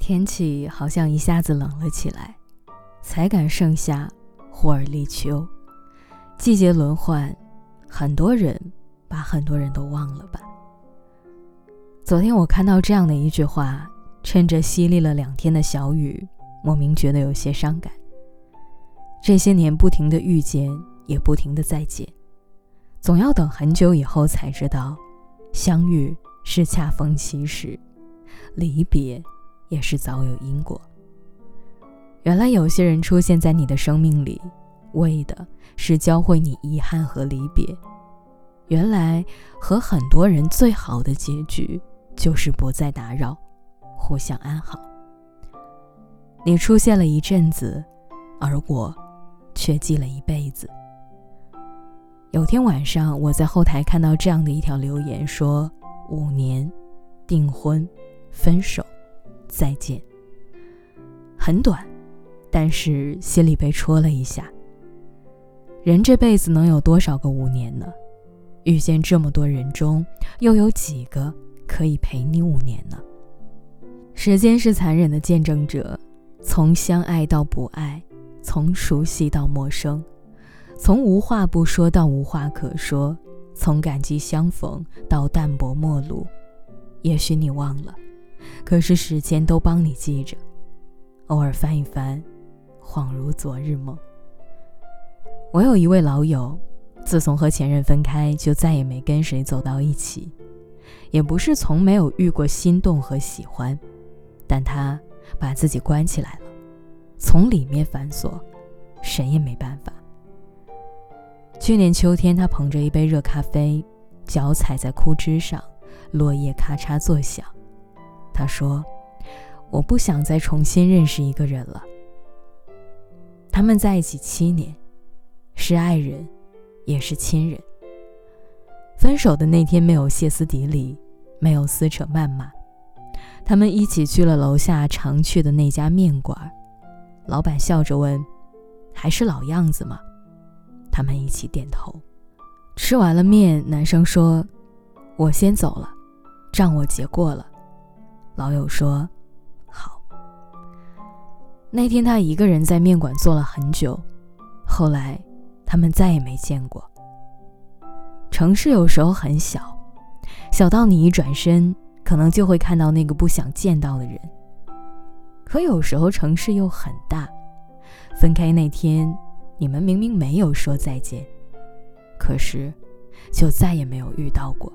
天气好像一下子冷了起来，才感盛夏，忽而立秋，季节轮换，很多人把很多人都忘了吧。昨天我看到这样的一句话，趁着淅沥了2天的小雨，莫名觉得有些伤感。这些年不停的遇见，也不停的再见，总要等很久以后才知道，相遇是恰逢其时，离别也是早有因果。原来有些人出现在你的生命里，为的是教会你遗憾和离别。原来和很多人最好的结局就是不再打扰，互相安好。你出现了一阵子，而我却记了一辈子。有天晚上，我在后台看到这样的一条留言，说5年，订婚，分手，再见。很短，但是心里被戳了一下。人这辈子能有多少个5年呢？遇见这么多人中，又有几个可以陪你5年呢？时间是残忍的见证者，从相爱到不爱，从熟悉到陌生，从无话不说到无话可说，从感激相逢到淡泊陌路。也许你忘了，可是时间都帮你记着，偶尔翻一翻，恍如昨日梦。我有一位老友，自从和前任分开，就再也没跟谁走到一起，也不是从没有遇过心动和喜欢，但他把自己关起来了，从里面反锁，谁也没办法。去年秋天，他捧着一杯热咖啡，脚踩在枯枝上，落叶咔嚓作响。他说，我不想再重新认识一个人了。他们在一起7年，是爱人，也是亲人。分手的那天没有歇斯底里，没有撕扯谩骂，他们一起去了楼下常去的那家面馆，老板笑着问，还是老样子吗？他们一起点头。吃完了面，男生说，我先走了，账我结过了。老友说，好。那天他一个人在面馆坐了很久，后来他们再也没见过。城市有时候很小，小到你一转身可能就会看到那个不想见到的人。可有时候城市又很大，分开那天你们明明没有说再见，可是就再也没有遇到过。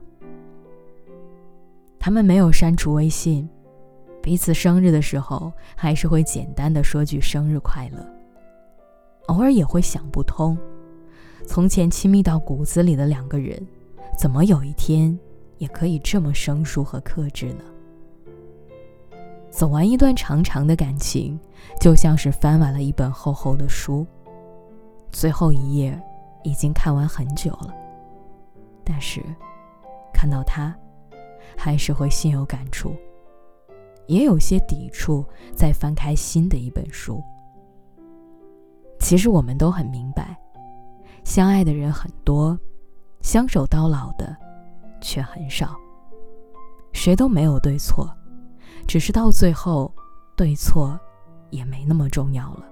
他们没有删除微信，彼此生日的时候还是会简单的说句生日快乐。偶尔也会想不通，从前亲密到骨子里的2个人，怎么有一天也可以这么生疏和克制呢？走完一段长长的感情，就像是翻完了一本厚厚的书，最后一页已经看完很久了，但是看到他还是会心有感触，也有些抵触再翻开新的一本书。其实我们都很明白，相爱的人很多，相守到老的却很少。谁都没有对错，只是到最后对错也没那么重要了。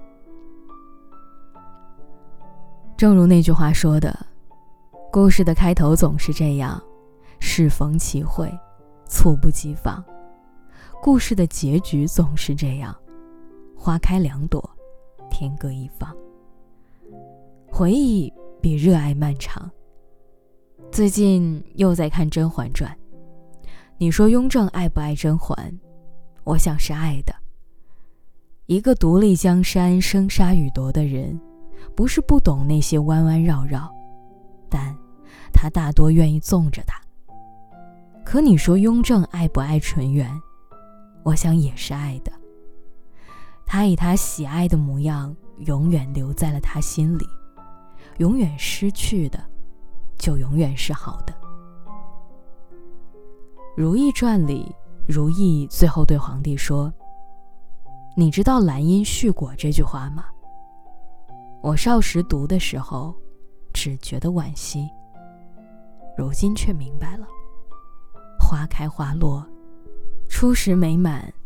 正如那句话说的，故事的开头总是这样，适逢其会，猝不及防。故事的结局总是这样，花开2朵，天各一方。回忆比热爱漫长。最近又在看《甄嬛传》，你说雍正爱不爱甄嬛？我想是爱的。一个独立江山、生杀予夺的人，不是不懂那些弯弯绕绕，但他大多愿意纵着他。可你说雍正爱不爱纯元？我想也是爱的。他以他喜爱的模样，永远留在了他心里，永远失去的，就永远是好的。《如懿传》里，如懿最后对皇帝说，你知道兰因絮果这句话吗？我少时读的时候，只觉得惋惜，如今却明白了，花开花落，初时美满，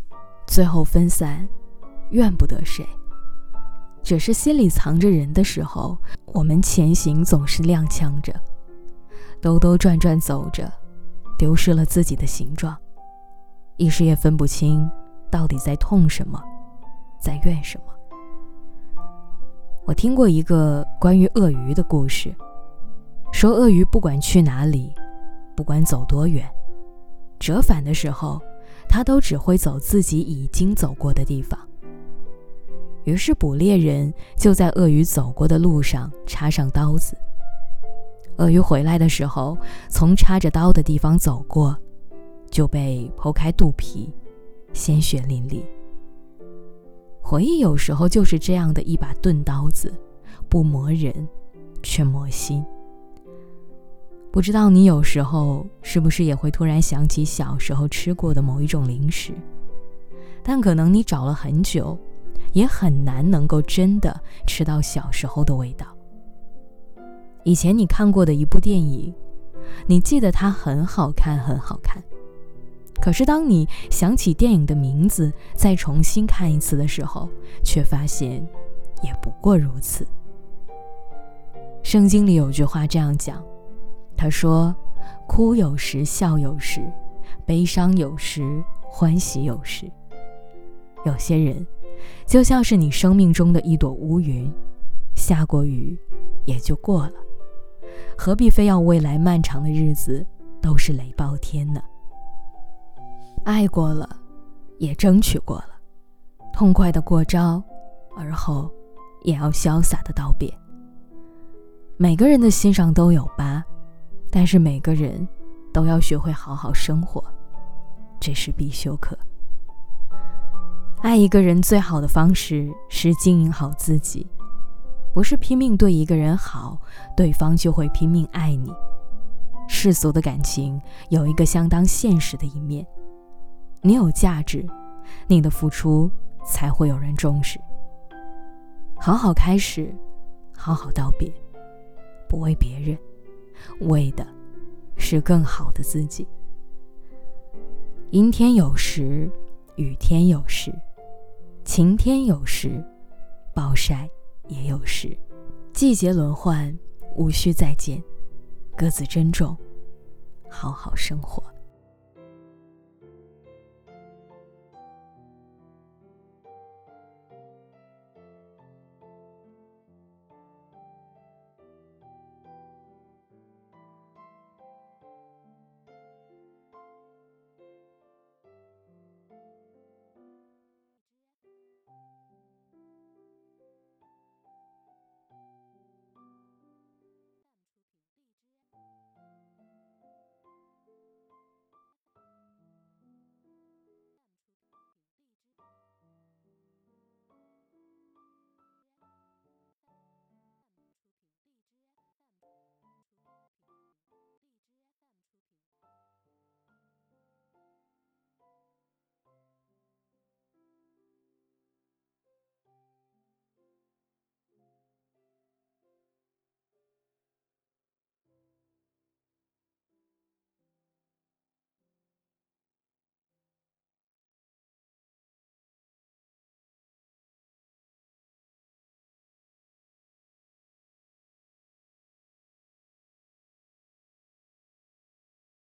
最后分散，怨不得谁。只是心里藏着人的时候，我们前行总是踉跄着，兜兜转转走着，丢失了自己的形状，一时也分不清到底在痛什么，在怨什么。我听过一个关于鳄鱼的故事，说鳄鱼不管去哪里，不管走多远，折返的时候，它都只会走自己已经走过的地方。于是捕猎人就在鳄鱼走过的路上插上刀子。鳄鱼回来的时候，从插着刀的地方走过，就被剖开肚皮，鲜血淋漓。回忆有时候就是这样的一把钝刀子，不磨人，却磨心。不知道你有时候是不是也会突然想起小时候吃过的某一种零食，但可能你找了很久，也很难能够真的吃到小时候的味道。以前你看过的一部电影，你记得它很好看很好看，可是当你想起电影的名字再重新看一次的时候，却发现也不过如此。圣经里有句话这样讲，他说，哭有时，笑有时，悲伤有时，欢喜有时。有些人就像是你生命中的一朵乌云，下过雨也就过了，何必非要未来漫长的日子都是雷暴天呢？爱过了，也争取过了，痛快的过招，而后也要潇洒的道别。每个人的心上都有疤，但是每个人都要学会好好生活，这是必修课。爱一个人最好的方式是经营好自己，不是拼命对一个人好，对方就会拼命爱你。世俗的感情有一个相当现实的一面，你有价值，你的付出才会有人重视。好好开始，好好道别，不为别人，为的是更好的自己。阴天有时，雨天有时，晴天有时，暴晒也有时。季节轮换，无需再见，各自珍重，好好生活。